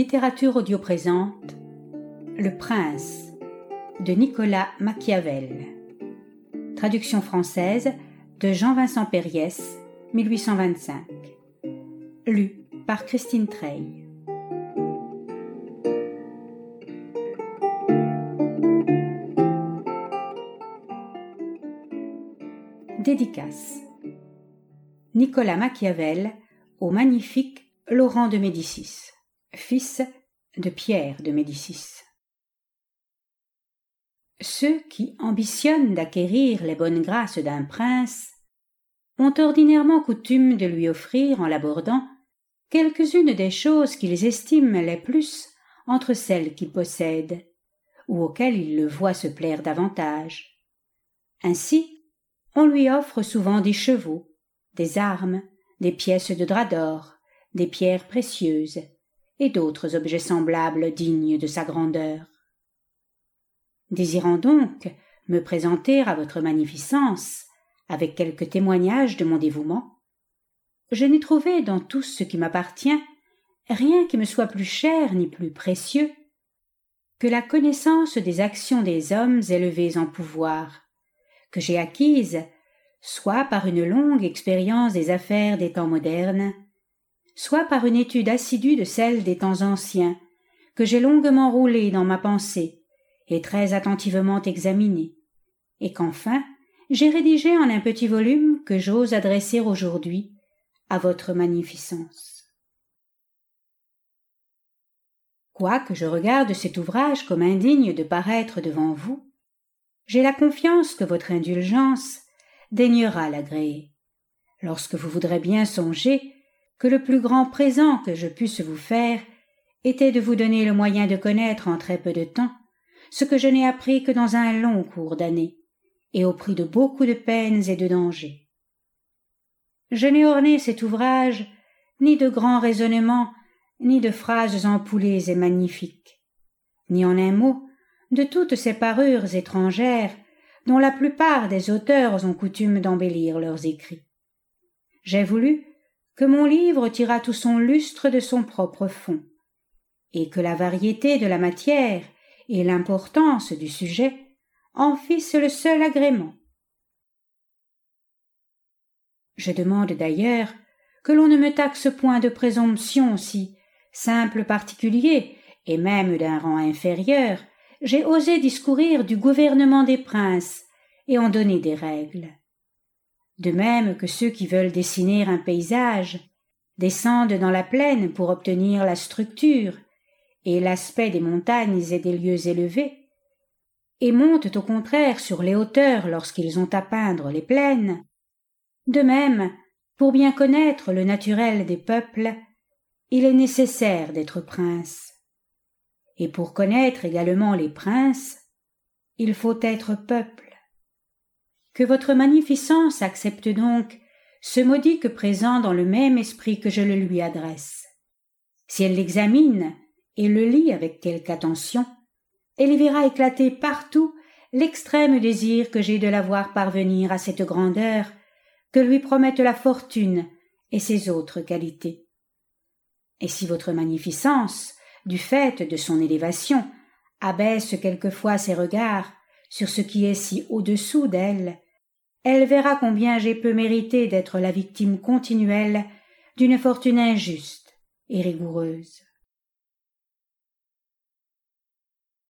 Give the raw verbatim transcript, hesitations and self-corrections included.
Littérature audio présente Le Prince de Nicolas Machiavel. Traduction française de Jean-Vincent Périès, mille huit cent vingt-cinq. Lu par Christine Treille. Dédicace. Nicolas Machiavel au magnifique Laurent de Médicis, fils de Pierre de Médicis. Ceux qui ambitionnent d'acquérir les bonnes grâces d'un prince ont ordinairement coutume de lui offrir, en l'abordant, quelques-unes des choses qu'ils estiment les plus entre celles qu'ils possèdent, ou auxquelles ils le voient se plaire davantage. Ainsi, on lui offre souvent des chevaux, des armes, des pièces de drap d'or, des pierres précieuses, et d'autres objets semblables dignes de sa grandeur. Désirant donc me présenter à votre magnificence, avec quelques témoignages de mon dévouement, je n'ai trouvé dans tout ce qui m'appartient rien qui me soit plus cher ni plus précieux que la connaissance des actions des hommes élevés en pouvoir, que j'ai acquise soit par une longue expérience des affaires des temps modernes, soit par une étude assidue de celles des temps anciens, que j'ai longuement roulée dans ma pensée et très attentivement examinée, et qu'enfin j'ai rédigé en un petit volume que j'ose adresser aujourd'hui à votre magnificence. Quoique je regarde cet ouvrage comme indigne de paraître devant vous, j'ai la confiance que votre indulgence daignera l'agréer, lorsque vous voudrez bien songer que le plus grand présent que je pusse vous faire était de vous donner le moyen de connaître en très peu de temps ce que je n'ai appris que dans un long cours d'années, et au prix de beaucoup de peines et de dangers. Je n'ai orné cet ouvrage ni de grands raisonnements, ni de phrases empoulées et magnifiques, ni en un mot de toutes ces parures étrangères dont la plupart des auteurs ont coutume d'embellir leurs écrits. J'ai voulu que mon livre tirât tout son lustre de son propre fond, et que la variété de la matière et l'importance du sujet en fissent le seul agrément. Je demande d'ailleurs que l'on ne me taxe point de présomption si, simple particulier, et même d'un rang inférieur, j'ai osé discourir du gouvernement des princes et en donner des règles. De même que ceux qui veulent dessiner un paysage descendent dans la plaine pour obtenir la structure et l'aspect des montagnes et des lieux élevés, et montent au contraire sur les hauteurs lorsqu'ils ont à peindre les plaines, de même, pour bien connaître le naturel des peuples, il est nécessaire d'être prince. Et pour connaître également les princes, il faut être peuple. Que votre magnificence accepte donc ce modique présent dans le même esprit que je le lui adresse. Si elle l'examine et le lit avec quelque attention, elle y verra éclater partout l'extrême désir que j'ai de la voir parvenir à cette grandeur que lui promettent la fortune et ses autres qualités. Et si votre magnificence, du fait de son élévation, abaisse quelquefois ses regards sur ce qui est si au-dessous d'elle, elle verra combien j'ai peu mérité d'être la victime continuelle d'une fortune injuste et rigoureuse.